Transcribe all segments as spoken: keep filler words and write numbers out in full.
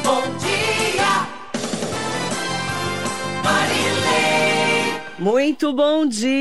Bom dia, Marilei. Muito bom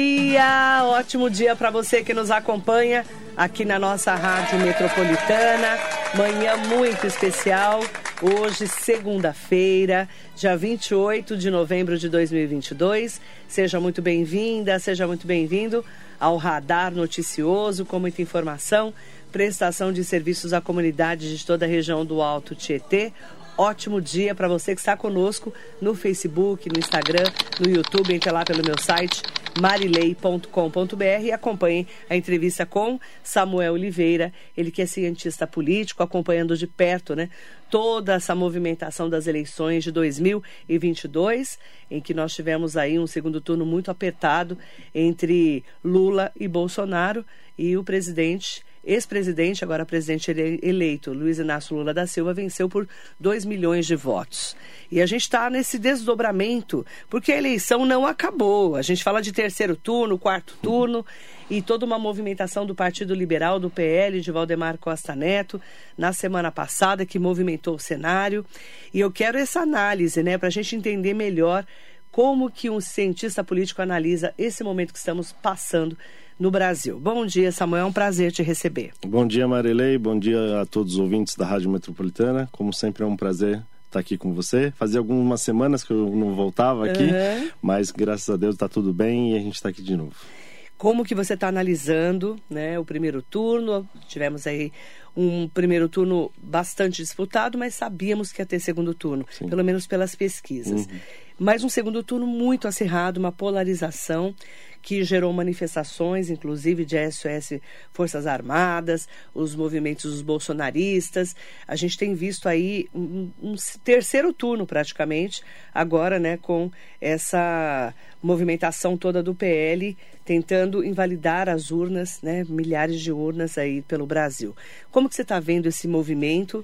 dia, ótimo dia para você que nos acompanha aqui na nossa Rádio Metropolitana. Manhã muito especial, hoje segunda-feira, dia vinte e oito de novembro de dois mil e vinte e dois. Seja muito bem-vinda, seja muito bem-vindo ao Radar Noticioso, com muita informação, prestação de serviços à comunidade de toda a região do Alto Tietê. Ótimo dia para você que está conosco no Facebook, no Instagram, no YouTube. Entre lá pelo meu site marilei ponto com ponto br e acompanhe a entrevista com Samuel Oliveira, ele que é cientista político, acompanhando de perto, né, toda essa movimentação das eleições de dois mil e vinte e dois, em que nós tivemos aí um segundo turno muito apertado entre Lula e Bolsonaro, e o presidente ex-presidente, agora presidente eleito, Luiz Inácio Lula da Silva, venceu por dois milhões de votos. E a gente está nesse desdobramento, porque a eleição não acabou. A gente fala de terceiro turno, quarto turno, e toda uma movimentação do Partido Liberal, do P L, de Valdemar Costa Neto, na semana passada, que movimentou o cenário. E eu quero essa análise, né, para a gente entender melhor como que um cientista político analisa esse momento que estamos passando no Brasil. Bom dia, Samuel, é um prazer te receber. Bom dia, Marilei, bom dia a todos os ouvintes da Rádio Metropolitana. Como sempre, é um prazer estar aqui com você. Fazia algumas semanas que eu não voltava aqui, uhum. Mas graças a Deus está tudo bem e a gente está aqui de novo. Como que você está analisando, né, o primeiro turno? Tivemos aí um primeiro turno bastante disputado, mas sabíamos que ia ter segundo turno, Sim. pelo menos pelas pesquisas. Uhum. Mas um segundo turno muito acirrado, uma polarização que gerou manifestações, inclusive de S O S Forças Armadas, os movimentos dos bolsonaristas. A gente tem visto aí um, um terceiro turno praticamente, agora, né, com essa movimentação toda do P L, tentando invalidar as urnas, né, milhares de urnas aí pelo Brasil. Como que você está vendo esse movimento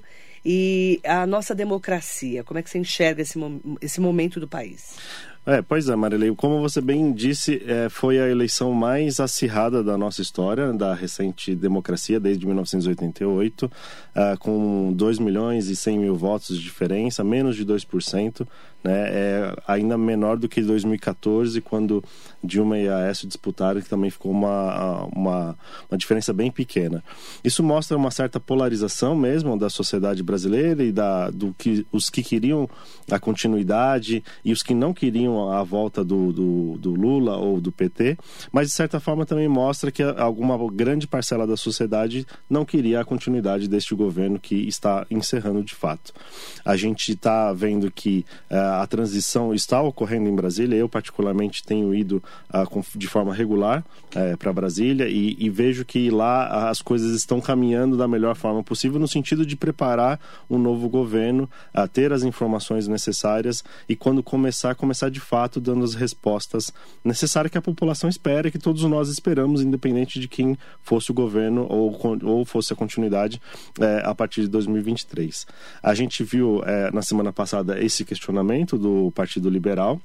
e a nossa democracia? Como é que você enxerga esse, esse momento do país? É, pois é, Marilei, como você bem disse, é, foi a eleição mais acirrada da nossa história, da recente democracia, desde mil novecentos e oitenta e oito, uh, com dois milhões e cem mil votos de diferença, menos de dois por cento, né, é ainda menor do que dois mil e quatorze, quando Dilma e Aécio disputaram, que também ficou uma, uma, uma diferença bem pequena. Isso mostra uma certa polarização mesmo da sociedade brasileira e da, do que, os que queriam a continuidade e os que não queriam a volta do, do, do Lula ou do P T, mas de certa forma também mostra que alguma grande parcela da sociedade não queria a continuidade deste governo que está encerrando de fato. A gente está vendo que uh, a transição está ocorrendo em Brasília. Eu particularmente tenho ido uh, de forma regular uh, para Brasília e, e vejo que lá as coisas estão caminhando da melhor forma possível, no sentido de preparar um novo governo, uh, ter as informações necessárias e quando começar, começar de fato dando as respostas necessárias que a população espera, que todos nós esperamos, independente de quem fosse o governo ou, ou fosse a continuidade é, a partir de dois mil e vinte e três. A gente viu é, na semana passada esse questionamento do Partido Liberal,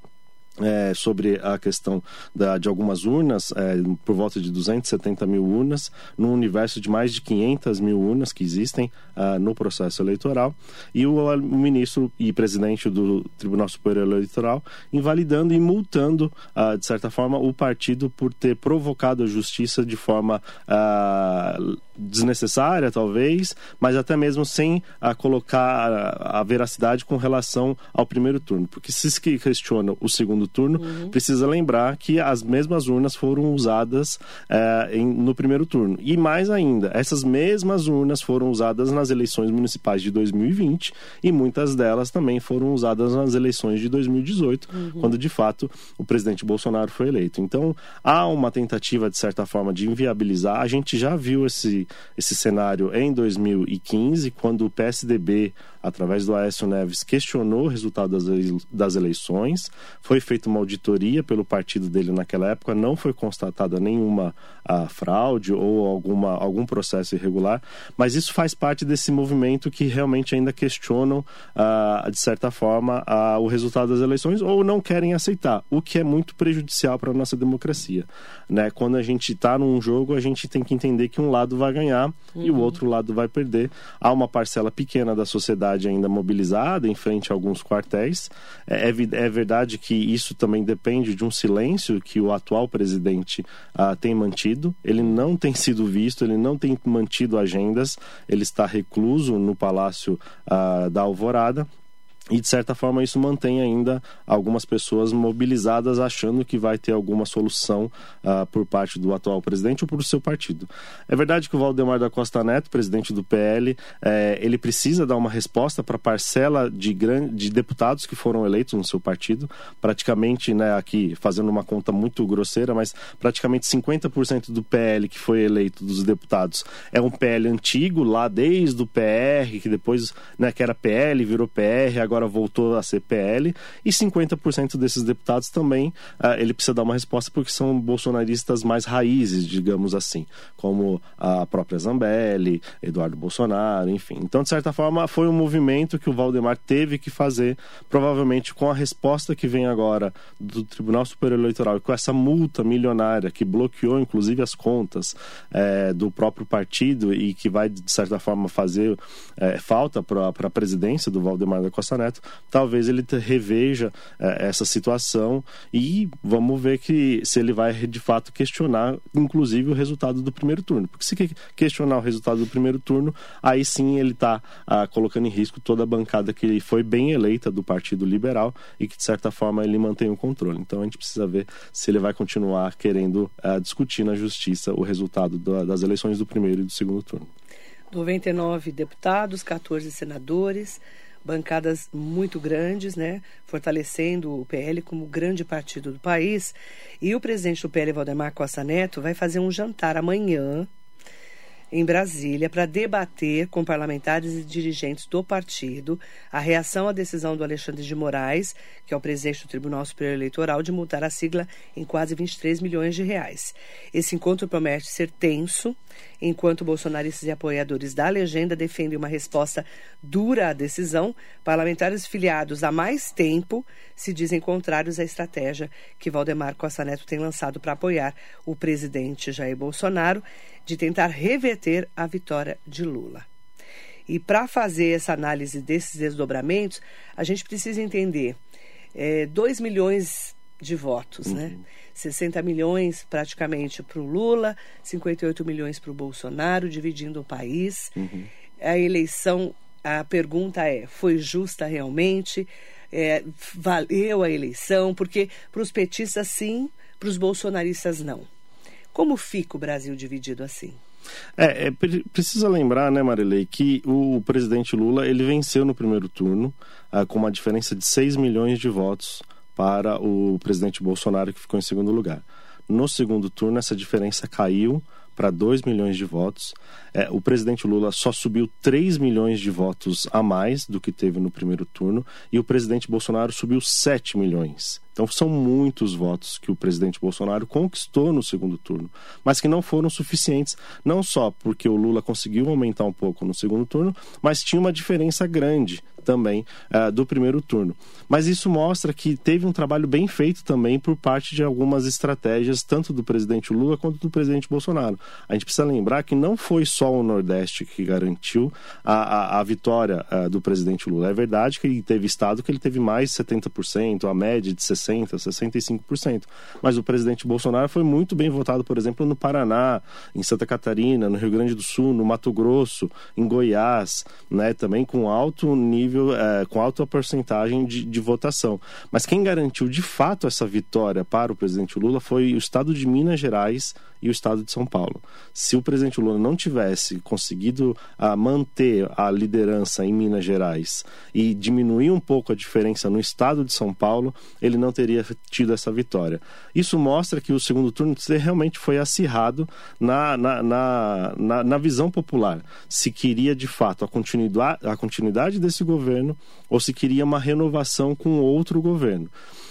É, sobre a questão da, de algumas urnas, é, por volta de duzentas e setenta mil urnas, num universo de mais de quinhentas mil urnas que existem uh, no processo eleitoral, e o, o ministro e presidente do Tribunal Superior Eleitoral invalidando e multando, uh, de certa forma, o partido por ter provocado a justiça de forma uh, desnecessária, talvez, mas até mesmo sem uh, colocar a, a veracidade com relação ao primeiro turno, porque se se questiona o segundo turno, uhum. precisa lembrar que as mesmas urnas foram usadas uh, em, no primeiro turno. E mais ainda, essas mesmas urnas foram usadas nas eleições municipais de dois mil e vinte e muitas delas também foram usadas nas eleições de dois mil e dezoito, uhum. quando de fato o presidente Bolsonaro foi eleito. Então, há uma tentativa, de certa forma, de inviabilizar. A gente já viu esse, esse cenário em dois mil e quinze, quando o P S D B, através do Aécio Neves, questionou o resultado das, das eleições. Foi feita uma auditoria pelo partido dele naquela época, não foi constatada nenhuma a, fraude ou alguma, algum processo irregular, mas isso faz parte desse movimento que realmente ainda questionam, a, de certa forma, a, o resultado das eleições ou não querem aceitar, o que é muito prejudicial para a nossa democracia, né? Quando a gente está num jogo, a gente tem que entender que um lado vai ganhar uhum. e o outro lado vai perder. Há uma parcela pequena da sociedade ainda mobilizada em frente a alguns quartéis. É, é verdade que isso também depende de um silêncio que o atual presidente uh, tem mantido. Ele não tem sido visto, ele não tem mantido agendas, ele está recluso no Palácio uh, da Alvorada. E, de certa forma, isso mantém ainda algumas pessoas mobilizadas achando que vai ter alguma solução uh, por parte do atual presidente ou por seu partido. É verdade que o Valdemar da Costa Neto, presidente do P L, eh, ele precisa dar uma resposta para a parcela de, gran... de deputados que foram eleitos no seu partido. Praticamente, né, aqui fazendo uma conta muito grosseira, mas praticamente cinquenta por cento do P L que foi eleito dos deputados é um P L antigo, lá desde o P R, que depois, né, que era P L, virou P R, agora voltou a ser P L, e cinquenta por cento desses deputados também uh, ele precisa dar uma resposta porque são bolsonaristas mais raízes, digamos assim, como a própria Zambelli, Eduardo Bolsonaro, enfim. Então, de certa forma, foi um movimento que o Valdemar teve que fazer, provavelmente com a resposta que vem agora do Tribunal Superior Eleitoral e com essa multa milionária que bloqueou, inclusive, as contas eh, do próprio partido e que vai, de certa forma, fazer eh, falta para a presidência do Valdemar da Costa Neto. Talvez ele reveja eh, essa situação e vamos ver que se ele vai de fato questionar inclusive o resultado do primeiro turno, porque se questionar o resultado do primeiro turno, aí sim ele está ah, colocando em risco toda a bancada que foi bem eleita do Partido Liberal e que de certa forma ele mantém o controle. Então a gente precisa ver se ele vai continuar querendo ah, discutir na justiça o resultado da, das eleições do primeiro e do segundo turno. noventa e nove deputados, quatorze senadores, bancadas muito grandes, né, fortalecendo o P L como grande partido do país. E o presidente do P L, Valdemar Costa Neto, vai fazer um jantar amanhã em Brasília para debater com parlamentares e dirigentes do partido a reação à decisão do Alexandre de Moraes, que é o presidente do Tribunal Superior Eleitoral, de multar a sigla em quase vinte e três milhões de reais. Esse encontro promete ser tenso, enquanto bolsonaristas e apoiadores da legenda defendem uma resposta dura à decisão. Parlamentares filiados há mais tempo se dizem contrários à estratégia que Valdemar Costa Neto tem lançado para apoiar o presidente Jair Bolsonaro, de tentar reverter a vitória de Lula. E para fazer essa análise desses desdobramentos, a gente precisa entender é, dois milhões de votos, uhum. né? sessenta milhões praticamente para o Lula, cinquenta e oito milhões para o Bolsonaro, dividindo o país. Uhum. A eleição, a pergunta é, foi justa realmente? É, valeu a eleição? Porque para os petistas sim, para os bolsonaristas não. Como fica o Brasil dividido assim? É, é, precisa lembrar, né, Marilei, que o presidente Lula, ele venceu no primeiro turno ah, com uma diferença de seis milhões de votos para o presidente Bolsonaro, que ficou em segundo lugar. No segundo turno, essa diferença caiu para dois milhões de votos. É, o presidente Lula só subiu três milhões de votos a mais do que teve no primeiro turno e o presidente Bolsonaro subiu sete milhões. Então são muitos votos que o presidente Bolsonaro conquistou no segundo turno, mas que não foram suficientes, não só porque o Lula conseguiu aumentar um pouco no segundo turno, mas tinha uma diferença grande também uh, do primeiro turno. Mas isso mostra que teve um trabalho bem feito também por parte de algumas estratégias, tanto do presidente Lula quanto do presidente Bolsonaro. A gente precisa lembrar que não foi só o Nordeste que garantiu a, a, a vitória uh, do presidente Lula. É verdade que ele teve estado que ele teve mais de setenta por cento, a média de sessenta por cento, sessenta e cinco por cento. Mas o presidente Bolsonaro foi muito bem votado, por exemplo, no Paraná, em Santa Catarina, no Rio Grande do Sul, no Mato Grosso, em Goiás, né, também com alto nível, é, com alta porcentagem de, de votação. Mas quem garantiu de fato essa vitória para o presidente Lula foi o estado de Minas Gerais e o estado de São Paulo. Se o presidente Lula não tivesse conseguido uh, manter a liderança em Minas Gerais e diminuir um pouco a diferença no estado de São Paulo, ele não teria tido essa vitória. Isso mostra que o segundo turno realmente foi acirrado na, na, na, na, na visão popular. Se queria de fato a continuidade, a continuidade desse governo ou se queria uma renovação com outro governo.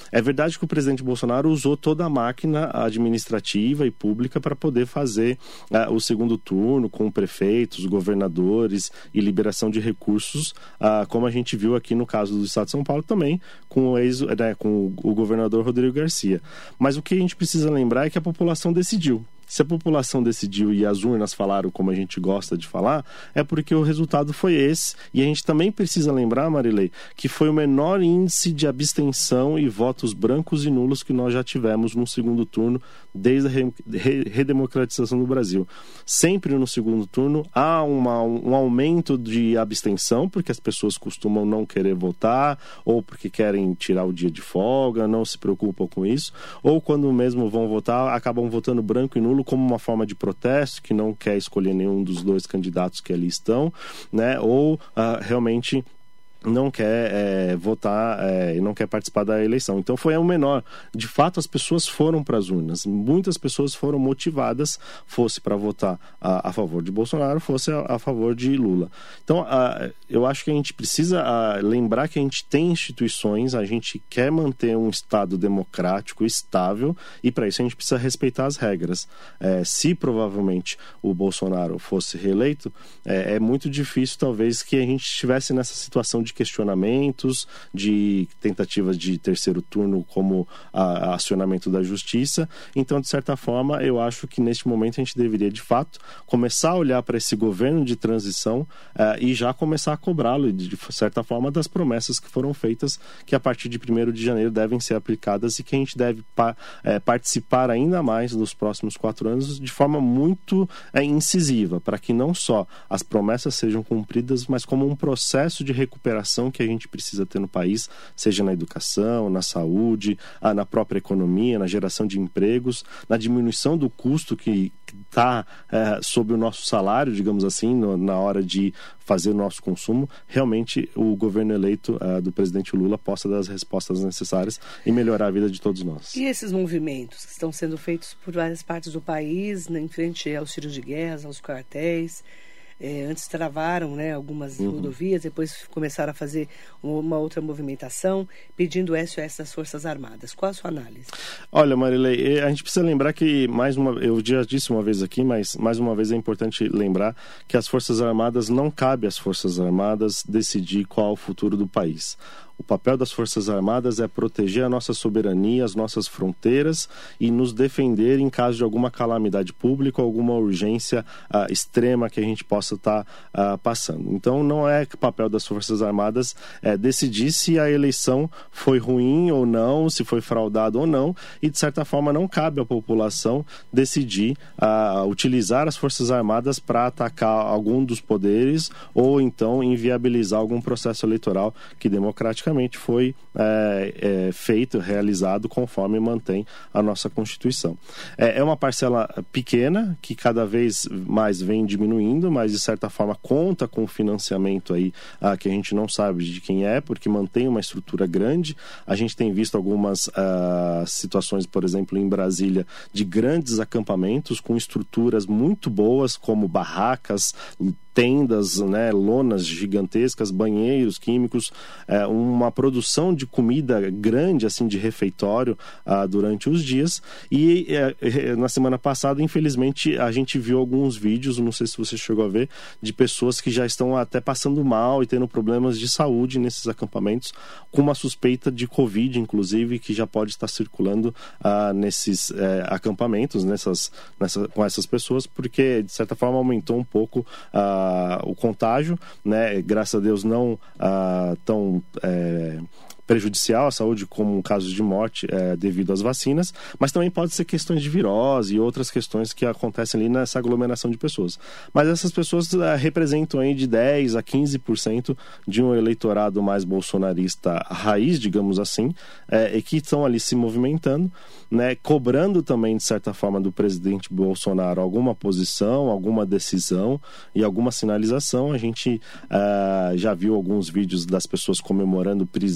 É verdade que o presidente Bolsonaro usou toda a máquina administrativa e pública para poder fazer uh, o segundo turno com prefeitos, governadores e liberação de recursos, uh, como a gente viu aqui no caso do Estado de São Paulo também, com o, ex, né, com o governador Rodrigo Garcia. Mas o que a gente precisa lembrar é que a população decidiu. Se a população decidiu e as urnas falaram como a gente gosta de falar, é porque o resultado foi esse. E a gente também precisa lembrar, Marilei, que foi o menor índice de abstenção e votos brancos e nulos que nós já tivemos no segundo turno desde a re- re- redemocratização do Brasil. Sempre no segundo turno há uma, um aumento de abstenção, porque as pessoas costumam não querer votar, ou porque querem tirar o dia de folga, não se preocupam com isso, ou quando mesmo vão votar, acabam votando branco e nulo como uma forma de protesto, que não quer escolher nenhum dos dois candidatos que ali estão, né? Ou uh, realmente não quer é, votar é, e não quer participar da eleição. Então foi o menor. De fato, as pessoas foram para as urnas. Muitas pessoas foram motivadas, fosse para votar a, a favor de Bolsonaro, fosse a, a favor de Lula. Então, a, eu acho que a gente precisa a, lembrar que a gente tem instituições, a gente quer manter um Estado democrático, estável, e para isso a gente precisa respeitar as regras. É, se provavelmente o Bolsonaro fosse reeleito, é, é muito difícil talvez que a gente estivesse nessa situação de de questionamentos, de tentativas de terceiro turno como a, a acionamento da justiça. Então, de certa forma, eu acho que neste momento a gente deveria, de fato, começar a olhar para esse governo de transição uh, e já começar a cobrá-lo, de, de certa forma, das promessas que foram feitas, que a partir de primeiro de janeiro devem ser aplicadas e que a gente deve pa, é, participar ainda mais nos próximos quatro anos de forma muito é, incisiva, para que não só as promessas sejam cumpridas, mas como um processo de recuperação que a gente precisa ter no país, seja na educação, na saúde, na própria economia, na geração de empregos, na diminuição do custo que está é, sobre o nosso salário, digamos assim, no, na hora de fazer o nosso consumo. Realmente o governo eleito é, do presidente Lula possa dar as respostas necessárias e melhorar a vida de todos nós. E esses movimentos que estão sendo feitos por várias partes do país, né, em frente aos tiros de guerra, aos quartéis, É, antes travaram, né, algumas uhum. rodovias, depois começaram a fazer uma outra movimentação pedindo o S O S das Forças Armadas. Qual a sua análise? Olha, Marilei, a gente precisa lembrar que, mais uma, eu já disse uma vez aqui, mas mais uma vez é importante lembrar que as Forças Armadas, não cabe às Forças Armadas decidir qual é o futuro do país. O papel das Forças Armadas é proteger a nossa soberania, as nossas fronteiras e nos defender em caso de alguma calamidade pública, alguma urgência uh, extrema que a gente possa estar tá, uh, passando. Então, não é papel das Forças Armadas uh, decidir se a eleição foi ruim ou não, se foi fraudada ou não, e, de certa forma, não cabe à população decidir uh, utilizar as Forças Armadas para atacar algum dos poderes ou, então, inviabilizar algum processo eleitoral que democraticamente foi é, é, feito, realizado conforme mantém a nossa Constituição. É, é uma parcela pequena que cada vez mais vem diminuindo, mas de certa forma conta com financiamento aí ah, que a gente não sabe de quem é, porque mantém uma estrutura grande. A gente tem visto algumas ah, situações, por exemplo, em Brasília, de grandes acampamentos com estruturas muito boas, como barracas, tendas, né, lonas gigantescas, banheiros químicos, é, uma produção de comida grande, assim, de refeitório ah, durante os dias. E é, na semana passada, infelizmente, a gente viu alguns vídeos, não sei se você chegou a ver, de pessoas que já estão até passando mal e tendo problemas de saúde nesses acampamentos, com uma suspeita de Covid, inclusive, que já pode estar circulando ah, nesses é, acampamentos, nessas, nessa, com essas pessoas, porque, de certa forma, aumentou um pouco a Uh, o contágio, né? Graças a Deus não uh, tão é, prejudicial à saúde como casos de morte é, devido às vacinas, mas também pode ser questões de virose e outras questões que acontecem ali nessa aglomeração de pessoas. Mas essas pessoas é, representam aí de dez a quinze por cento de um eleitorado mais bolsonarista raiz, digamos assim, é, e que estão ali se movimentando, né, cobrando também, de certa forma, do presidente Bolsonaro alguma posição, alguma decisão e alguma sinalização. A gente uh, já viu alguns vídeos das pessoas comemorando prisão de Alexandre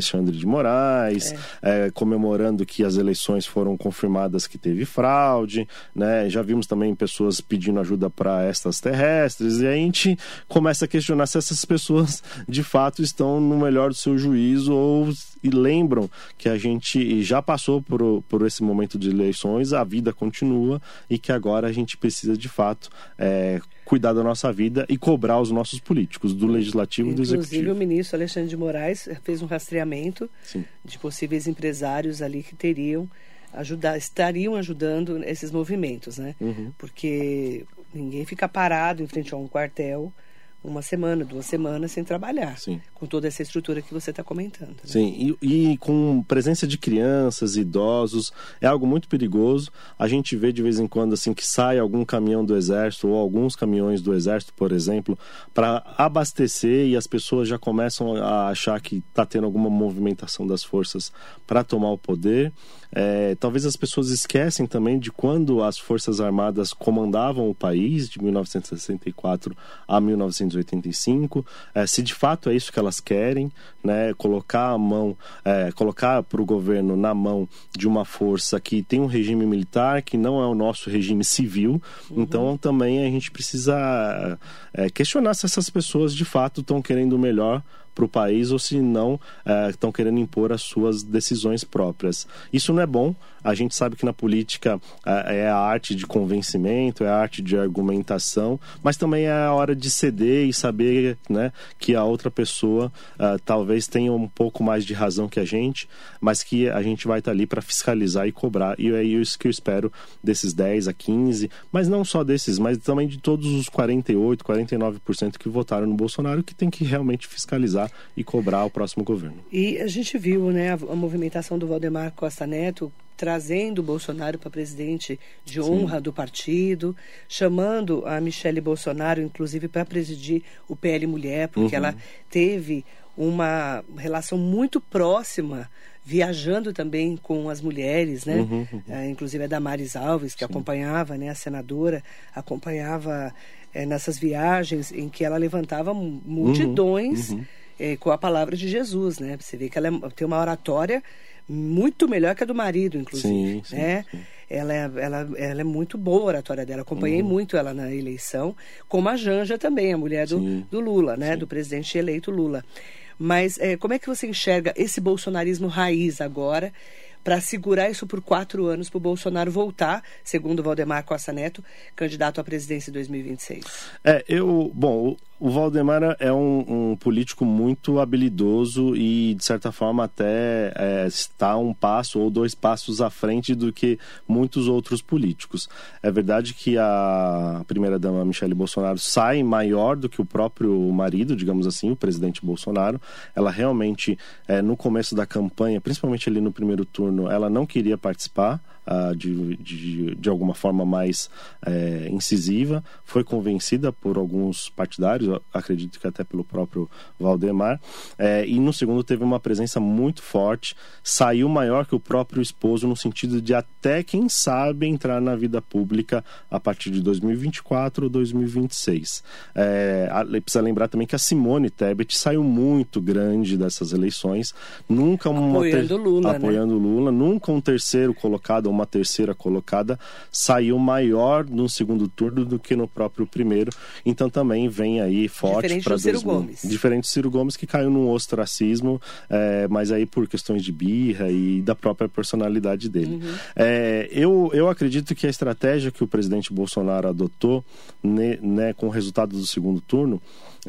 Alexandre de Moraes, é. É, comemorando que as eleições foram confirmadas que teve fraude, né? Já vimos também pessoas pedindo ajuda para extraterrestres, e a gente começa a questionar se essas pessoas de fato estão no melhor do seu juízo ou e lembram que a gente já passou por, por esse momento de eleições, a vida continua e que agora a gente precisa de fato é, cuidar da nossa vida e cobrar os nossos políticos, do legislativo Inclusive, e do executivo. Inclusive o ministro Alexandre de Moraes fez um rastreamento Sim. de possíveis empresários ali que teriam ajudar, estariam ajudando esses movimentos, né? Uhum. Porque ninguém fica parado em frente a um quartel uma semana, duas semanas sem trabalhar. Sim. Com toda essa estrutura que você está comentando. Né? Sim, e, e com presença de crianças, idosos, é algo muito perigoso. A gente vê de vez em quando assim que sai algum caminhão do Exército ou alguns caminhões do Exército, por exemplo, para abastecer, e as pessoas já começam a achar que está tendo alguma movimentação das forças para tomar o poder. É, talvez as pessoas esquecem também de quando as Forças Armadas comandavam o país, de mil novecentos e sessenta e quatro a mil novecentos e oitenta e cinco, é, se de fato é isso que elas querem, né, colocar a mão, é, colocar para o governo na mão de uma força que tem um regime militar, que não é o nosso regime civil. Uhum. Então também a gente precisa é, questionar se essas pessoas de fato estão querendo o melhor para o país ou se não estão é, querendo impor as suas decisões próprias. Isso não é bom. A gente sabe que na política é, é a arte de convencimento, é a arte de argumentação, mas também é a hora de ceder e saber, né, que a outra pessoa uh, talvez tenha um pouco mais de razão que a gente, mas que a gente vai estar ali para fiscalizar e cobrar. E é isso que eu espero desses dez a quinze, mas não só desses, mas também de todos os quarenta e oito, quarenta e nove por cento que votaram no Bolsonaro, que tem que realmente fiscalizar e cobrar o próximo governo. E a gente viu, né, a, a movimentação do Valdemar Costa Neto trazendo o Bolsonaro para presidente de honra Sim. do partido, chamando a Michele Bolsonaro, inclusive, para presidir o P L Mulher, porque uhum. ela teve uma relação muito próxima, viajando também com as mulheres, né? Uhum, uhum. É, inclusive a Damares Alves, que Sim. acompanhava, né, a senadora, acompanhava é, nessas viagens em que ela levantava multidões uhum, uhum. É, com a palavra de Jesus, né? Você vê que ela é, tem uma oratória muito melhor que a do marido, inclusive. Sim, né? Sim, sim. Ela, é, ela, ela é muito boa a oratória dela. Acompanhei uhum. muito ela na eleição, como a Janja também, a mulher do, do Lula, né? Do presidente eleito Lula. Mas é, como é que você enxerga esse bolsonarismo raiz agora, para segurar isso por quatro anos para o Bolsonaro voltar, segundo Valdemar Costa Neto, candidato à presidência em dois mil e vinte e seis? É, eu... Bom, o Valdemar é um, um político muito habilidoso e, de certa forma, até é, está um passo ou dois passos à frente do que muitos outros políticos. É verdade que a primeira-dama Michele Bolsonaro sai maior do que o próprio marido, digamos assim, o presidente Bolsonaro. Ela realmente, é, no começo da campanha, principalmente ali no primeiro turno, ela não queria participar uh, de, de, de alguma forma mais é, incisiva. Foi convencida por alguns partidários, acredito que até pelo próprio Valdemar, é, e no segundo teve uma presença muito forte, saiu maior que o próprio esposo, no sentido de até, quem sabe, entrar na vida pública a partir de dois mil e vinte e quatro ou dois mil e vinte e seis. É, precisa lembrar também que a Simone Tebet saiu muito grande dessas eleições, nunca uma apoiando ter... Lula, apoiando né? Lula, nunca um terceiro colocado ou uma terceira colocada saiu maior no segundo turno do que no próprio primeiro, então também vem aí forte. Diferente do Ciro Gomes. Diferente do Ciro Gomes, que caiu num ostracismo, é, mas aí por questões de birra e da própria personalidade dele. Uhum. É, eu, eu acredito que a estratégia que o presidente Bolsonaro adotou, né, né, com o resultado do segundo turno,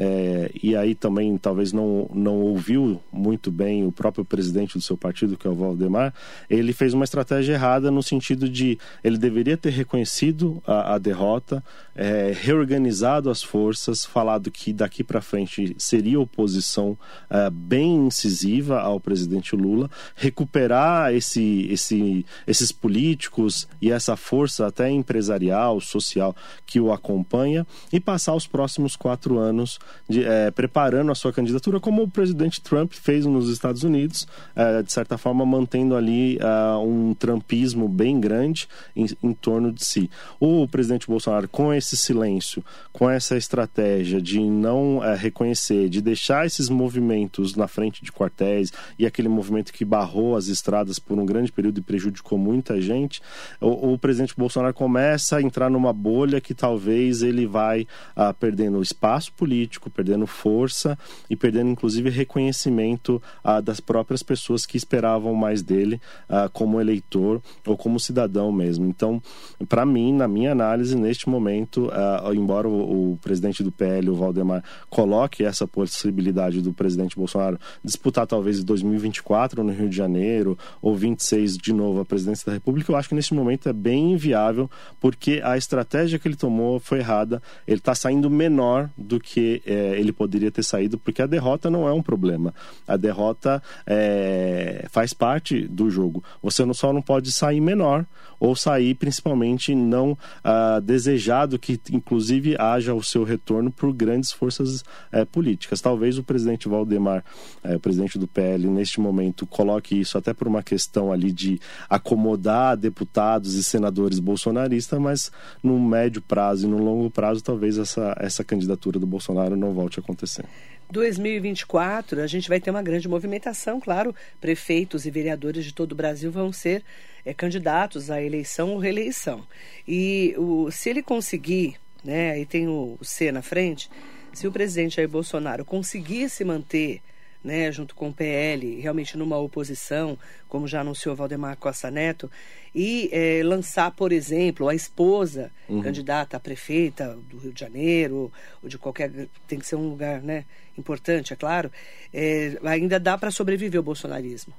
É, e aí também talvez não, não ouviu muito bem o próprio presidente do seu partido, que é o Valdemar, ele fez uma estratégia errada no sentido de ele deveria ter reconhecido a, a derrota, é, reorganizado as forças, falado que daqui para frente seria oposição é, bem incisiva ao presidente Lula, recuperar esse, esse, esses políticos e essa força até empresarial, social que o acompanha, e passar os próximos quatro anos de, é, preparando a sua candidatura, como o presidente Trump fez nos Estados Unidos, é, de certa forma mantendo ali é, um trumpismo bem grande em, em torno de si. O presidente Bolsonaro, com esse silêncio, com essa estratégia de não é, reconhecer, de deixar esses movimentos na frente de quartéis e aquele movimento que barrou as estradas por um grande período e prejudicou muita gente, o, o presidente Bolsonaro começa a entrar numa bolha que talvez ele vai ah, perdendo espaço político, perdendo força e perdendo inclusive reconhecimento ah, das próprias pessoas que esperavam mais dele ah, como eleitor ou como cidadão mesmo. Então, para mim, na minha análise, neste momento, ah, embora o, o presidente do P L, o Valdemar, coloque essa possibilidade do presidente Bolsonaro disputar talvez em dois mil e vinte e quatro no Rio de Janeiro ou vinte e seis de novo a presidência da República, eu acho que neste momento é bem inviável, porque a estratégia que ele tomou foi errada. Ele está saindo menor do que é, ele poderia ter saído, porque a derrota não é um problema. A derrota é, faz parte do jogo. Você não, só não pode sair menor ou sair principalmente não ah, desejado, que inclusive haja o seu retorno por grandes forças eh, políticas. Talvez o presidente Valdemar, eh, o presidente do P L, neste momento coloque isso até por uma questão ali de acomodar deputados e senadores bolsonaristas, mas no médio prazo e no longo prazo talvez essa, essa candidatura do Bolsonaro não volte a acontecer. dois mil e vinte e quatro, a gente vai ter uma grande movimentação, claro. Prefeitos e vereadores de todo o Brasil vão ser é, candidatos à eleição ou reeleição. E o, se ele conseguir, né, aí tem o, o C na frente, se o presidente Jair Bolsonaro conseguir se manter, né, junto com o P L, realmente numa oposição, como já anunciou Valdemar Costa Neto, e é, lançar, por exemplo, a esposa uhum. candidata a prefeita do Rio de Janeiro, ou de qualquer... tem que ser um lugar, né, importante, é claro, é, ainda dá para sobreviver o bolsonarismo.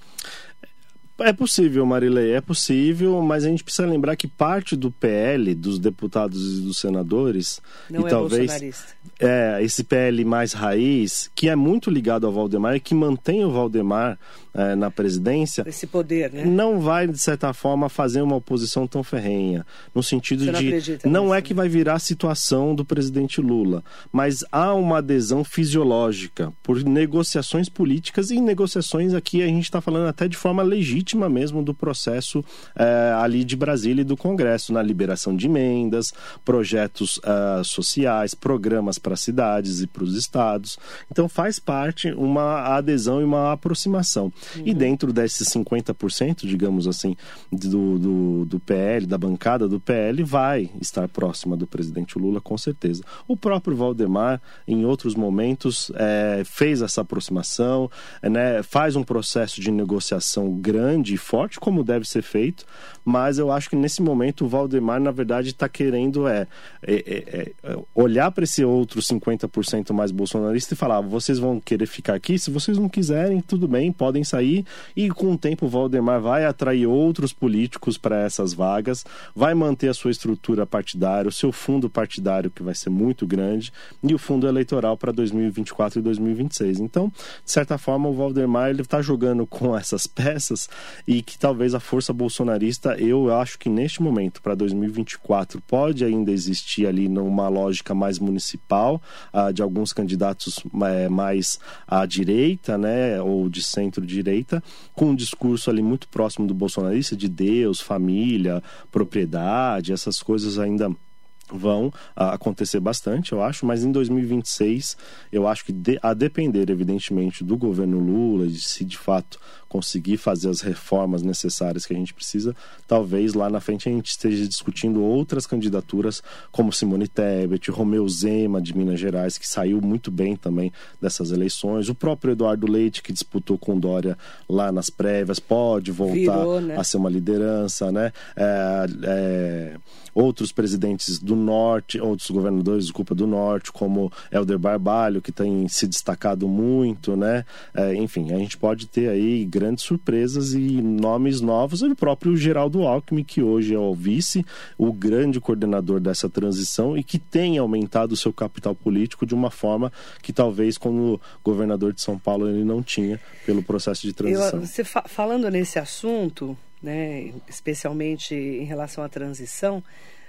É possível, Marilei, é possível, mas a gente precisa lembrar que parte do P L, dos deputados e dos senadores, não e é talvez bolsonarista. É, esse P L mais raiz, que é muito ligado ao Valdemar e que mantém o Valdemar é, na presidência, esse poder, né? Não vai, de certa forma, fazer uma oposição tão ferrenha, no sentido Você não de... acredita Não nisso, é que né? vai virar a situação do presidente Lula, mas há uma adesão fisiológica por negociações políticas, e em negociações aqui a gente está falando até de forma legítima mesmo do processo é, ali de Brasília e do Congresso, na liberação de emendas, projetos uh, sociais, programas para cidades e para os estados. Então faz parte uma adesão e uma aproximação. Uhum. E dentro desses cinquenta por cento, digamos assim, do, do, do P L, da bancada do P L, vai estar próxima do presidente Lula, com certeza. O próprio Valdemar, em outros momentos, é, fez essa aproximação, é, né, faz um processo de negociação grande e forte, como deve ser feito, mas eu acho que nesse momento o Valdemar, na verdade, está querendo é, é, é, é, olhar para esse outro cinquenta por cento mais bolsonarista e falar: vocês vão querer ficar aqui? Se vocês não quiserem, tudo bem, podem sair. E com o tempo o Valdemar vai atrair outros políticos para essas vagas, vai manter a sua estrutura partidária, o seu fundo partidário, que vai ser muito grande, e o fundo eleitoral para dois mil e vinte e quatro e dois mil e vinte e seis. Então, de certa forma, o Valdemar está jogando com essas peças, e que talvez a força bolsonarista, eu acho que neste momento, para dois mil e vinte e quatro, pode ainda existir ali numa lógica mais municipal, uh, de alguns candidatos uh, mais à direita, né, ou de centro-direita, com um discurso ali muito próximo do bolsonarista, de Deus, família, propriedade, essas coisas ainda vão a, acontecer bastante, eu acho, mas em dois mil e vinte e seis eu acho que de, a depender, evidentemente, do governo Lula, de se de fato conseguir fazer as reformas necessárias que a gente precisa, talvez lá na frente a gente esteja discutindo outras candidaturas, como Simone Tebet, Romeu Zema de Minas Gerais, que saiu muito bem também dessas eleições, o próprio Eduardo Leite, que disputou com Dória lá nas prévias, pode voltar Virou, né? a ser uma liderança, né? É, é, outros presidentes do Norte, outros governadores, desculpa, do Norte, como Helder Barbalho, que tem se destacado muito, né? É, enfim, a gente pode ter aí grandes surpresas e nomes novos, e o próprio Geraldo Alckmin, que hoje é o vice, o grande coordenador dessa transição, e que tem aumentado o seu capital político de uma forma que talvez como governador de São Paulo ele não tinha pelo processo de transição. Eu, você fa- falando nesse assunto, né, especialmente em relação à transição,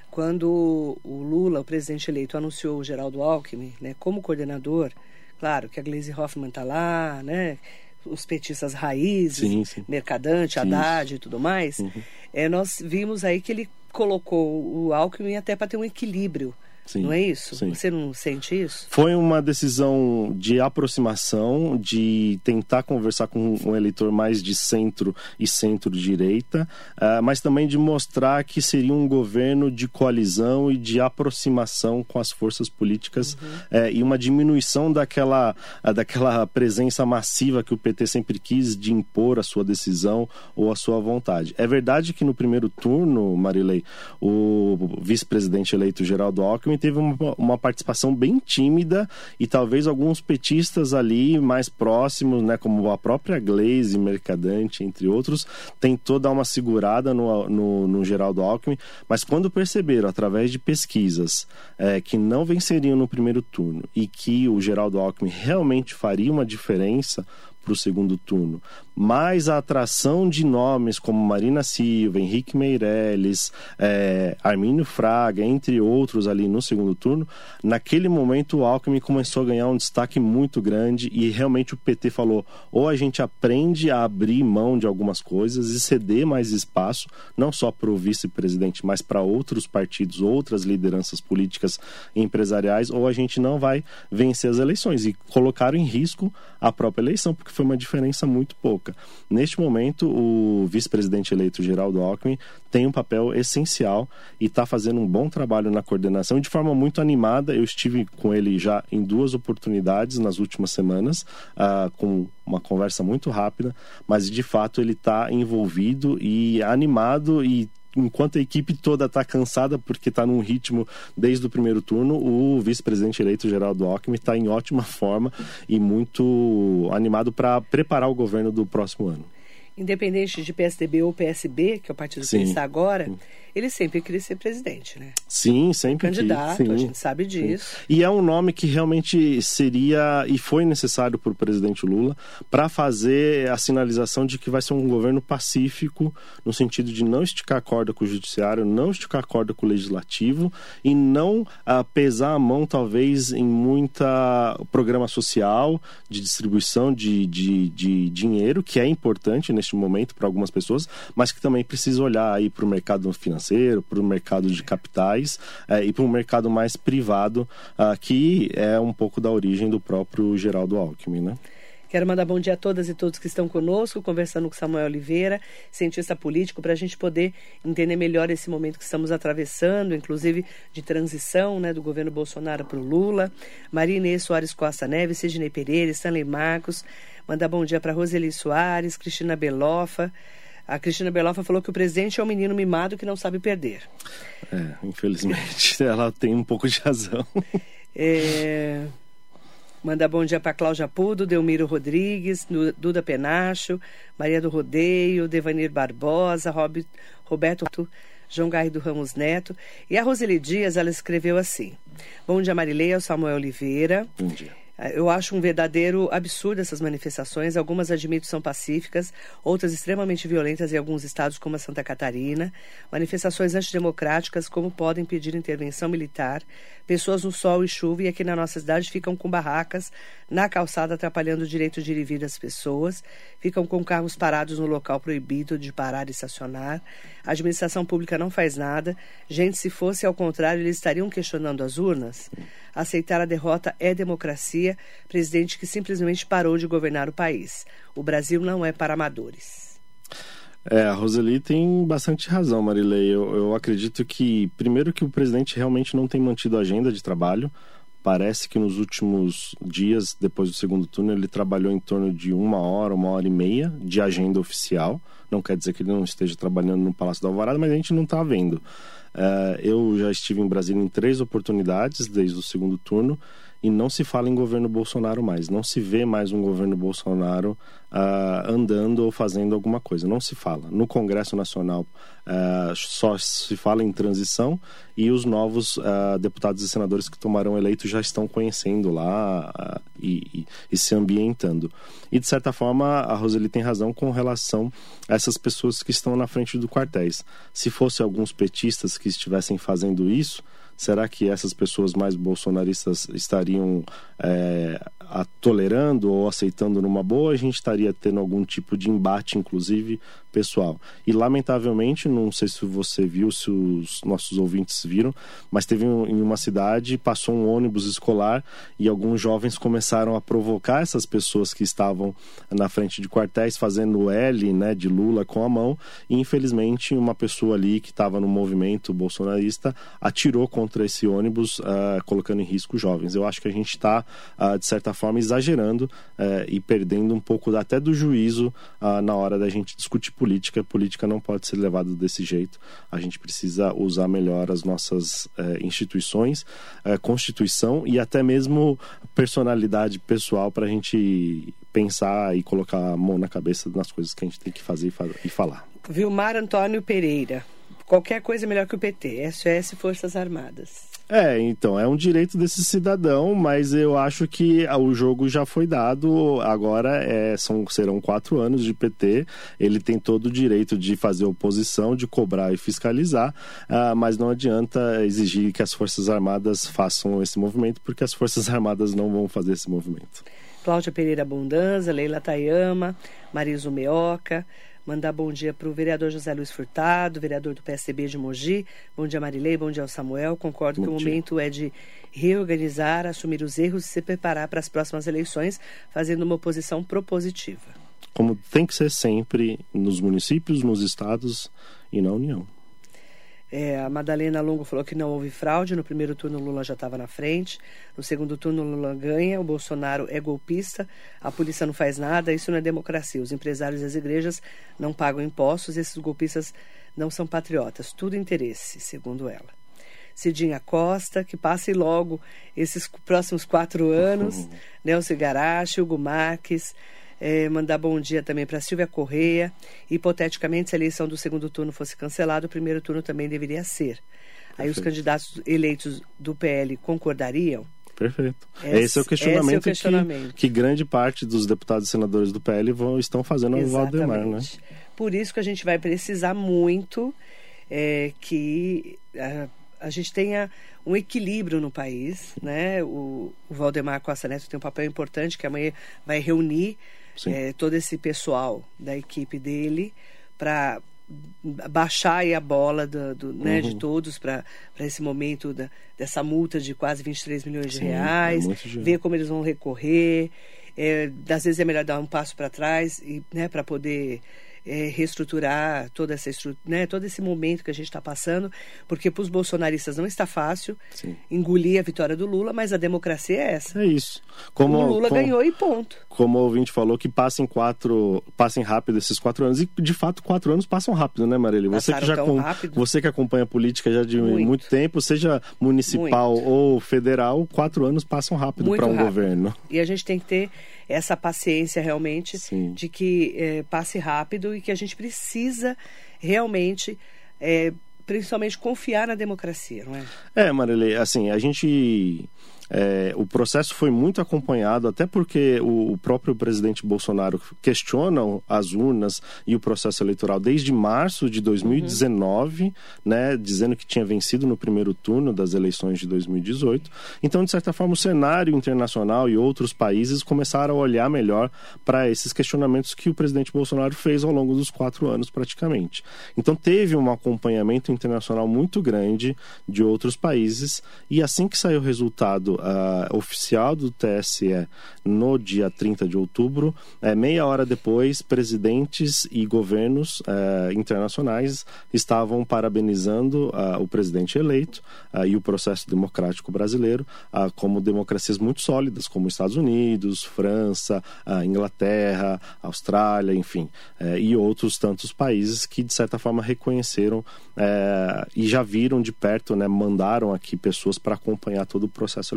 quando o Lula, o presidente eleito, anunciou o Geraldo Alckmin, né, como coordenador, claro que a Gleisi Hoffmann está lá, né, os petistas raízes, sim, sim. Mercadante, Haddad e tudo mais, uhum. é, nós vimos aí que ele colocou o Alckmin até para ter um equilíbrio. Sim, não é isso? Sim. Você não sente isso? Foi uma decisão de aproximação, de tentar conversar com um eleitor mais de centro e centro-direita, uh, mas também de mostrar que seria um governo de coalizão e de aproximação com as forças políticas uhum. uh, e uma diminuição daquela, uh, daquela presença massiva que o P T sempre quis de impor a sua decisão ou a sua vontade. É verdade que no primeiro turno, Marilei, o vice-presidente eleito Geraldo Alckmin teve uma, uma participação bem tímida e talvez alguns petistas ali mais próximos, né, como a própria Gleisi, Mercadante, entre outros, tentou dar uma segurada no, no, no Geraldo Alckmin, mas quando perceberam, através de pesquisas, é, que não venceriam no primeiro turno e que o Geraldo Alckmin realmente faria uma diferença para o segundo turno, mas a atração de nomes como Marina Silva, Henrique Meirelles, é, Armínio Fraga, entre outros ali no segundo turno, naquele momento o Alckmin começou a ganhar um destaque muito grande e realmente o P T falou, ou a gente aprende a abrir mão de algumas coisas e ceder mais espaço, não só para o vice-presidente, mas para outros partidos, outras lideranças políticas e empresariais, ou a gente não vai vencer as eleições. E colocaram em risco a própria eleição, porque foi uma diferença muito pouca. Neste momento, o vice-presidente eleito Geraldo Alckmin tem um papel essencial e está fazendo um bom trabalho na coordenação de forma muito animada. Eu estive com ele já em duas oportunidades nas últimas semanas, uh, com uma conversa muito rápida, mas de fato ele está envolvido e animado, e enquanto a equipe toda está cansada porque está num ritmo desde o primeiro turno, o vice-presidente eleito Geraldo Alckmin está em ótima forma e muito animado para preparar o governo do próximo ano. Independente de P S D B ou P S B, que é o partido sim, que ele está agora, sim. ele sempre queria ser presidente, né? Sim, sempre candidato, quis, sim, a gente sabe disso. Sim. E é um nome que realmente seria e foi necessário para o presidente Lula para fazer a sinalização de que vai ser um governo pacífico, no sentido de não esticar a corda com o judiciário, não esticar a corda com o legislativo e não uh, pesar a mão, talvez, em muita programa social, de distribuição de, de, de dinheiro, que é importante neste momento para algumas pessoas, mas que também precisa olhar aí para o mercado financeiro, para o mercado de capitais eh, e para um mercado mais privado, uh, que é um pouco da origem do próprio Geraldo Alckmin, né? Quero mandar bom dia a todas e todos que estão conosco, conversando com Samuel Oliveira, cientista político, para a gente poder entender melhor esse momento que estamos atravessando, inclusive de transição, né, do governo Bolsonaro para o Lula. Maria Inês Soares Costa Neves, Sidney Pereira, Stanley Marcos, mandar bom dia para Roseli Soares, Cristina Belofa. A Cristina Belofa falou que o presidente é um menino mimado que não sabe perder. É, infelizmente, ela tem um pouco de razão. É... Manda bom dia para Cláudia Pudo, Delmiro Rodrigues, Duda Penacho, Maria do Rodeio, Devanir Barbosa, Rob, Roberto, João Garrido Ramos Neto. E a Roseli Dias, ela escreveu assim: bom dia, Marileia, Samuel Oliveira. Bom dia. Eu acho um verdadeiro absurdo essas manifestações. Algumas, admito, são pacíficas, outras extremamente violentas em alguns estados, como a Santa Catarina. Manifestações antidemocráticas, como podem pedir intervenção militar. Pessoas no sol e chuva, e aqui na nossa cidade ficam com barracas na calçada, atrapalhando o direito de ir e vir das pessoas. Ficam com carros parados no local proibido de parar e estacionar. A administração pública não faz nada. Gente, se fosse ao contrário, eles estariam questionando as urnas? Aceitar a derrota é democracia. Presidente que simplesmente parou de governar o país. O Brasil não é para amadores. É, a Roseli tem bastante razão, Marilei. Eu, eu acredito que, primeiro, que o presidente realmente não tem mantido a agenda de trabalho. Parece que nos últimos dias, depois do segundo turno, ele trabalhou em torno de uma hora, uma hora e meia de agenda oficial. Não quer dizer que ele não esteja trabalhando no Palácio da Alvorada, mas a gente não está vendo. Uh, eu já estive em Brasília em três oportunidades desde o segundo turno e não se fala em governo Bolsonaro mais. Não se vê mais um governo Bolsonaro uh, andando ou fazendo alguma coisa. Não se fala. No Congresso Nacional uh, só se fala em transição e os novos uh, deputados e senadores que tomarão eleito já estão conhecendo lá uh, e, e, e se ambientando. E, de certa forma, a Roseli tem razão com relação a essas pessoas que estão na frente do quartéis. Se fosse alguns petistas que estivessem fazendo isso, será que essas pessoas mais bolsonaristas estariam é, a, tolerando ou aceitando numa boa? A gente estaria tendo algum tipo de embate, inclusive, pessoal. E, lamentavelmente, não sei se você viu, se os nossos ouvintes viram, mas teve um, em uma cidade, passou um ônibus escolar e alguns jovens começaram a provocar essas pessoas que estavam na frente de quartéis, fazendo o L, né, de Lula com a mão, e, infelizmente, uma pessoa ali que estava no movimento bolsonarista atirou contra contra esse ônibus, uh, colocando em risco jovens. Eu acho que a gente está, uh, de certa forma, exagerando uh, e perdendo um pouco até do juízo uh, na hora da gente discutir política. Política não pode ser levada desse jeito. A gente precisa usar melhor as nossas uh, instituições, uh, Constituição e até mesmo personalidade pessoal para a gente pensar e colocar a mão na cabeça nas coisas que a gente tem que fazer e, fa- e falar. Vilmar Antônio Pereira. Qualquer coisa é melhor que o P T. S O S Forças Armadas. É, então, é um direito desse cidadão, mas eu acho que o jogo já foi dado, agora é, são, serão quatro anos de P T, ele tem todo o direito de fazer oposição, de cobrar e fiscalizar, uh, mas não adianta exigir que as Forças Armadas façam esse movimento, porque as Forças Armadas não vão fazer esse movimento. Cláudia Pereira Abundanza, Leila Tayama, Mariso Meoca. Mandar bom dia para o vereador José Luiz Furtado, vereador do P S D B de Mogi. Bom dia, Marilei. Bom dia ao Samuel. Concordo bom que dia. O momento é de reorganizar, assumir os erros e se preparar para as próximas eleições, fazendo uma oposição propositiva. Como tem que ser sempre nos municípios, nos estados e na União. É, a Madalena Longo falou que não houve fraude. No primeiro turno, Lula já estava na frente. No segundo turno, Lula ganha. O Bolsonaro é golpista. A polícia não faz nada. Isso não é democracia. Os empresários e as igrejas não pagam impostos. Esses golpistas não são patriotas. Tudo interesse, segundo ela. Cidinha Costa, que passe logo esses próximos quatro anos. Uhum. Nelson Igarashi, Hugo Marques. É, mandar bom dia também para Silvia Correia. Hipoteticamente, se a eleição do segundo turno fosse cancelada, o primeiro turno também deveria ser. Perfeito. Aí os candidatos eleitos do P L concordariam? Perfeito. Esse, esse é o questionamento, é o questionamento. Que, que grande parte dos deputados e senadores do P L vão, estão fazendo ao Valdemar, né? Por isso que a gente vai precisar muito é, que a, a gente tenha um equilíbrio no país, né? O, o Valdemar Costa Neto tem um papel importante, que amanhã vai reunir É, todo esse pessoal da equipe dele para baixar aí a bola do, do, uhum. né, de todos para esse momento da, dessa multa de quase vinte e três milhões de Sim, reais, é ver como eles vão recorrer. É, às vezes é melhor dar um passo para trás e, né, para poder é, reestruturar toda essa estru... né, todo esse momento que a gente está passando, porque para os bolsonaristas não está fácil Sim. engolir a vitória do Lula, mas a democracia é essa. É isso. Como, o Lula como, ganhou e ponto. Como o ouvinte falou, que passem quatro, passem rápido esses quatro anos. E, de fato, quatro anos passam rápido, né, Marília? Você que, já com, você que acompanha a política já de muito, muito tempo, seja municipal muito. ou federal, quatro anos passam rápido para um rápido. governo. E a gente tem que ter essa paciência realmente Sim. de que é, passe rápido e que a gente precisa realmente, é, principalmente, confiar na democracia, não é? É, Marília, assim, a gente... É, o processo foi muito acompanhado, até porque o, o próprio presidente Bolsonaro questiona as urnas e o processo eleitoral desde março de dois mil e dezenove, uhum. né, dizendo que tinha vencido no primeiro turno das eleições de dois mil e dezoito. Então, de certa forma, o cenário internacional e outros países começaram a olhar melhor para esses questionamentos que o presidente Bolsonaro fez ao longo dos quatro anos, praticamente. Então, teve um acompanhamento internacional muito grande de outros países, e assim que saiu o resultado Uh, oficial do T S E no dia trinta de outubro, uh, meia hora depois, presidentes e governos uh, internacionais estavam parabenizando uh, o presidente eleito uh, e o processo democrático brasileiro uh, como democracias muito sólidas, como Estados Unidos, França, uh, Inglaterra, Austrália, enfim, uh, e outros tantos países que de certa forma reconheceram uh, e já viram de perto, né, mandaram aqui pessoas para acompanhar todo o processo eleitoral.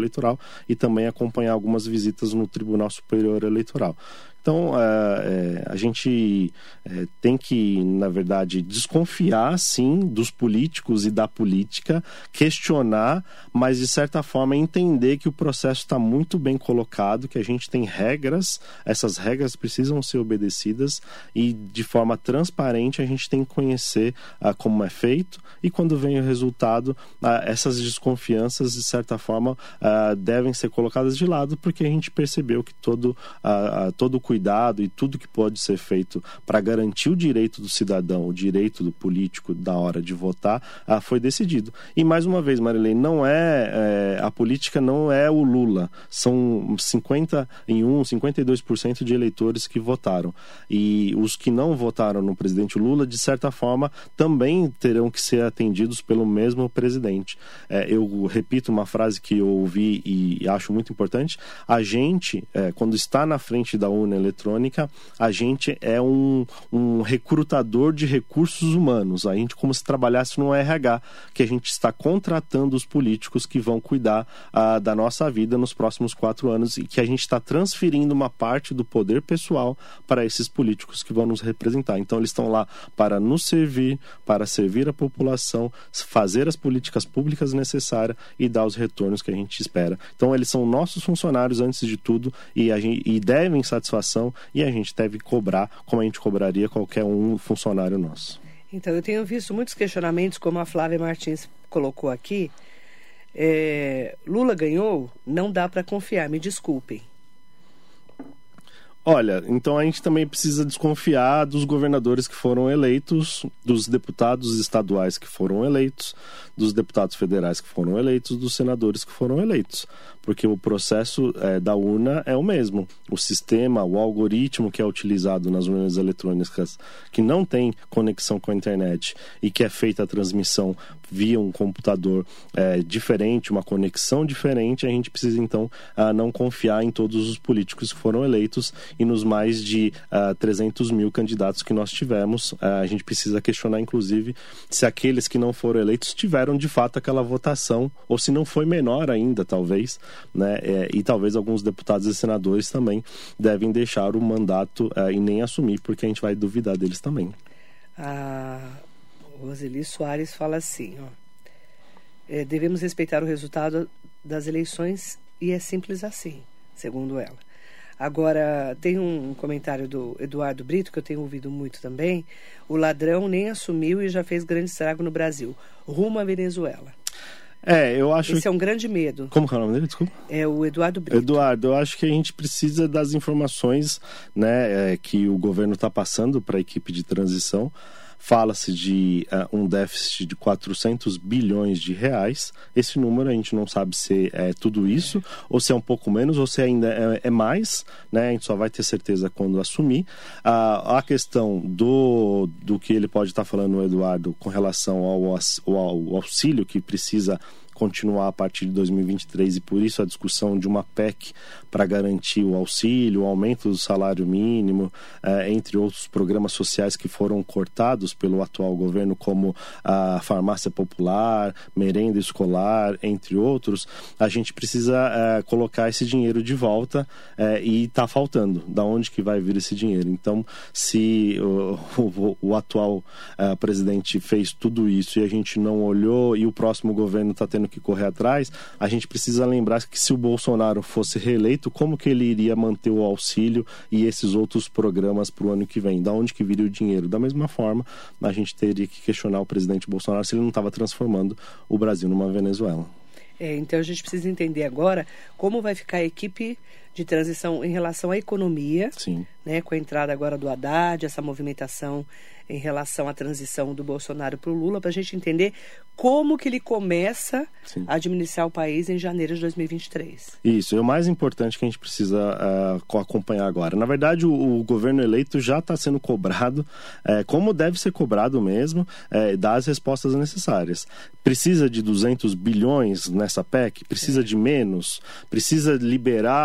Eleitoral e também acompanhar algumas visitas no Tribunal Superior Eleitoral. Então, é, a gente é, tem que, na verdade, desconfiar, sim, dos políticos e da política, questionar, mas, de certa forma, entender que o processo está muito bem colocado, que a gente tem regras, essas regras precisam ser obedecidas e, de forma transparente, a gente tem que conhecer ah, como é feito e, quando vem o resultado, ah, essas desconfianças, de certa forma, ah, devem ser colocadas de lado, porque a gente percebeu que todo, ah, ah, todo o cuidado e tudo que pode ser feito para garantir o direito do cidadão, o direito do político da hora de votar, ah, foi decidido. E mais uma vez, Marilei, não é, é a política não é o Lula, são cinquenta e um, cinquenta e dois por cento de eleitores que votaram. E os que não votaram no presidente Lula, de certa forma, também terão que ser atendidos pelo mesmo presidente. É, eu repito uma frase que eu ouvi e acho muito importante: a gente, é, quando está na frente da urna eletrônica, a gente é um, um recrutador de recursos humanos. A gente, como se trabalhasse no R H, que a gente está contratando os políticos que vão cuidar ah, da nossa vida nos próximos quatro anos e que a gente está transferindo uma parte do poder pessoal para esses políticos que vão nos representar. Então, eles estão lá para nos servir, para servir a população, fazer as políticas públicas necessárias e dar os retornos que a gente espera. Então, eles são nossos funcionários antes de tudo e, a gente, e devem satisfação e a gente deve cobrar como a gente cobraria qualquer um funcionário nosso. Então, eu tenho visto muitos questionamentos, como a Flávia Martins colocou aqui. É, Lula ganhou, não dá para confiar, me desculpem. Olha, então a gente também precisa desconfiar dos governadores que foram eleitos, dos deputados estaduais que foram eleitos, dos deputados federais que foram eleitos, dos senadores que foram eleitos. Porque o processo é, da urna é o mesmo. O sistema, o algoritmo que é utilizado nas urnas eletrônicas, que não tem conexão com a internet e que é feita a transmissão via um computador é, diferente, uma conexão diferente, a gente precisa então a não confiar em todos os políticos que foram eleitos e nos mais de uh, trezentos mil candidatos que nós tivemos. Uh, a gente precisa questionar, inclusive, se aqueles que não foram eleitos tiveram de fato aquela votação, ou se não foi menor ainda, talvez, né? É, e talvez alguns deputados e senadores também devem deixar o mandato uh, e nem assumir, porque a gente vai duvidar deles também. A Roseli Soares fala assim, ó, é, devemos respeitar o resultado das eleições e é simples assim, segundo ela. Agora, tem um comentário do Eduardo Brito, que eu tenho ouvido muito também. O ladrão nem assumiu e já fez grande estrago no Brasil, rumo à Venezuela. É, eu acho... Esse é um grande medo. Como que é o nome dele? Desculpa. É o Eduardo Brito. Eduardo, eu acho que a gente precisa das informações, né, é, que o governo está passando para a equipe de transição. Fala-se de uh, um déficit de quatrocentos bilhões de reais. Esse número a gente não sabe se é tudo isso, ou se é um pouco menos, ou se ainda é, é mais, né? A gente só vai ter certeza quando assumir. Uh, a questão do, do que ele pode estar falando, o Eduardo, com relação ao, ao auxílio que precisa continuar a partir de dois mil e vinte e três e por isso a discussão de uma P E C para garantir o auxílio, o aumento do salário mínimo, eh, entre outros programas sociais que foram cortados pelo atual governo, como a farmácia popular, merenda escolar, entre outros. A gente precisa eh, colocar esse dinheiro de volta eh, e está faltando. Da onde que vai vir esse dinheiro? Então, se o, o, o atual eh, presidente fez tudo isso e a gente não olhou e o próximo governo está tendo que correr atrás, a gente precisa lembrar que se o Bolsonaro fosse reeleito, como que ele iria manter o auxílio e esses outros programas para o ano que vem? Da onde que viria o dinheiro? Da mesma forma, a gente teria que questionar o presidente Bolsonaro se ele não estava transformando o Brasil numa Venezuela. É, então a gente precisa entender agora como vai ficar a equipe de transição em relação à economia, Sim. né, com a entrada agora do Haddad, essa movimentação em relação à transição do Bolsonaro para o Lula, para a gente entender como que ele começa Sim. a administrar o país em janeiro de dois mil e vinte e três. Isso, é o mais importante que a gente precisa uh, acompanhar agora. Na verdade, o, o governo eleito já está sendo cobrado, uh, como deve ser cobrado mesmo, uh, dar as respostas necessárias. Precisa de duzentos bilhões nessa P E C? Precisa é. de menos? Precisa liberar o,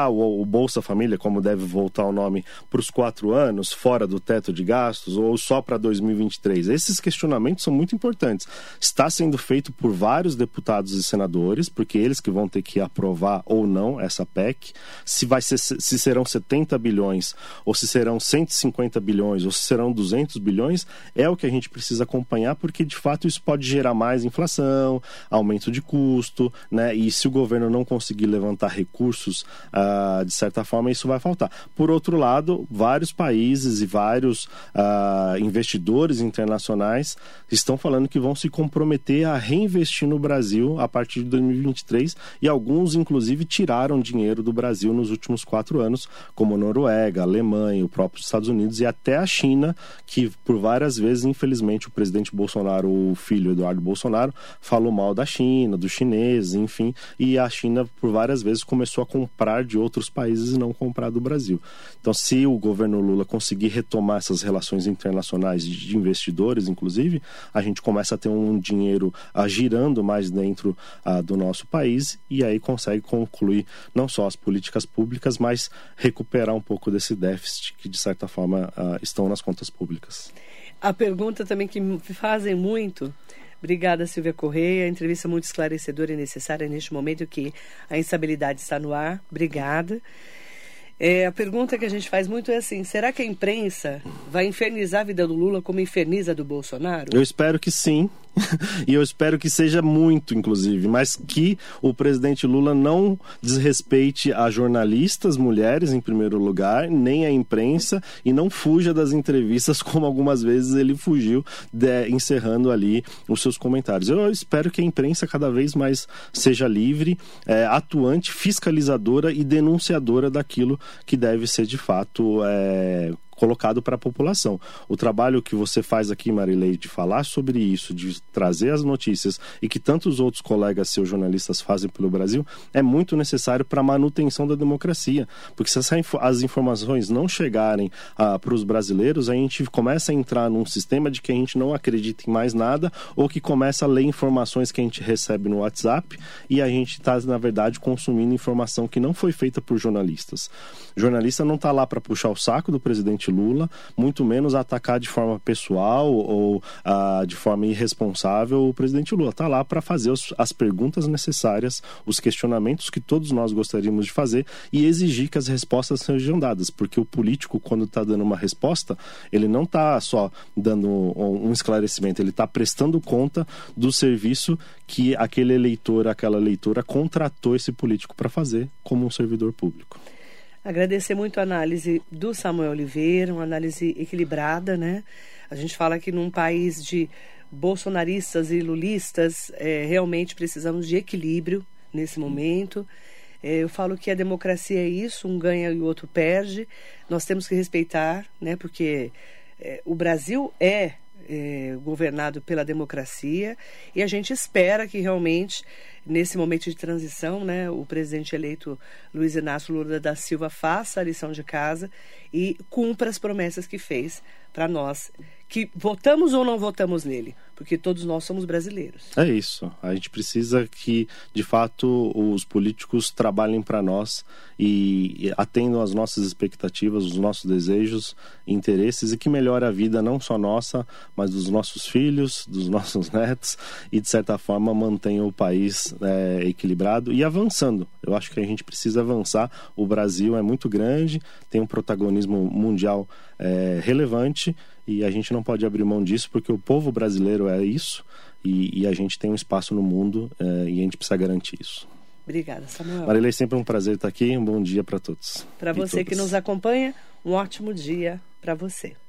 o Bolsa Família, como deve voltar o nome, para os quatro anos, fora do teto de gastos, ou só para dois mil e vinte e três? Esses questionamentos são muito importantes. Está sendo feito por vários deputados e senadores, porque eles que vão ter que aprovar ou não essa P E C. Se, vai ser, se serão setenta bilhões, ou se serão cento e cinquenta bilhões, ou se serão duzentos bilhões, é o que a gente precisa acompanhar, porque de fato isso pode gerar mais inflação, aumento de custo, né? E se o governo não conseguir levantar recursos, ah, de certa forma isso vai faltar. Por outro lado, vários países e vários ah, investidores internacionais estão falando que vão se comprometer a reinvestir no Brasil a partir de dois mil e vinte e três, e alguns inclusive tiraram dinheiro do Brasil nos últimos quatro anos, como Noruega, Alemanha, o próprio Estados Unidos e até a China, que por várias vezes, infelizmente, o presidente Bolsonaro, o filho Eduardo Bolsonaro, falou mal da China, dos chineses, enfim, e a China por várias vezes começou a comprar de outros países e não comprar do Brasil. Então, se o governo Lula conseguir retomar essas relações internacionais de investidores, inclusive, a gente começa a ter um dinheiro ah, girando mais dentro ah, do nosso país, e aí consegue concluir não só as políticas públicas, mas recuperar um pouco desse déficit que, de certa forma, ah, estão nas contas públicas. A pergunta também que me fazem muito... Obrigada, Silvia Correia. A entrevista muito esclarecedora e necessária neste momento que a instabilidade está no ar. Obrigada. É, a pergunta que a gente faz muito é assim, será que a imprensa vai infernizar a vida do Lula como inferniza a do Bolsonaro? Eu espero que sim. E eu espero que seja muito, inclusive, mas que o presidente Lula não desrespeite a jornalistas, mulheres em primeiro lugar, nem a imprensa, e não fuja das entrevistas como algumas vezes ele fugiu, de, encerrando ali os seus comentários. Eu espero que a imprensa cada vez mais seja livre, é, atuante, fiscalizadora e denunciadora daquilo que deve ser de fato é, colocado para a população. O trabalho que você faz aqui, Marilei, de falar sobre isso, de trazer as notícias e que tantos outros colegas seus jornalistas fazem pelo Brasil, é muito necessário para a manutenção da democracia. Porque se as informações não chegarem ah, para os brasileiros, a gente começa a entrar num sistema de que a gente não acredita em mais nada, ou que começa a ler informações que a gente recebe no WhatsApp e a gente está, na verdade, consumindo informação que não foi feita por jornalistas. O jornalista não está lá para puxar o saco do presidente Lula, muito menos atacar de forma pessoal ou uh, de forma irresponsável o presidente Lula. Está lá para fazer os, as perguntas necessárias, os questionamentos que todos nós gostaríamos de fazer e exigir que as respostas sejam dadas, porque o político, quando está dando uma resposta, ele não está só dando um, um esclarecimento, ele está prestando conta do serviço que aquele eleitor, aquela eleitora contratou esse político para fazer como um servidor público. Agradecer muito a análise do Samuel Oliveira, uma análise equilibrada, né? A gente fala que num país de bolsonaristas e lulistas, é, realmente precisamos de equilíbrio nesse momento. É, eu falo que a democracia é isso, um ganha e o outro perde. Nós temos que respeitar, né? Porque é, o Brasil é, é governado pela democracia e a gente espera que realmente, nesse momento de transição, né, o presidente eleito Luiz Inácio Lula da Silva faça a lição de casa e cumpra as promessas que fez para nós, que votamos ou não votamos nele, porque todos nós somos brasileiros. É isso. A gente precisa que, de fato, os políticos trabalhem para nós e atendam às nossas expectativas, os nossos desejos, interesses e que melhore a vida não só nossa, mas dos nossos filhos, dos nossos netos e, de certa forma, mantenha o país é, equilibrado e avançando. Eu acho que a gente precisa avançar. O Brasil é muito grande, tem um protagonismo mundial é, relevante e a gente não pode abrir mão disso porque o povo brasileiro é isso e, e a gente tem um espaço no mundo é, e a gente precisa garantir isso. Obrigada, Samuel. Marilei, sempre um prazer estar aqui. Um bom dia para todos. Para você que nos acompanha, um ótimo dia para você.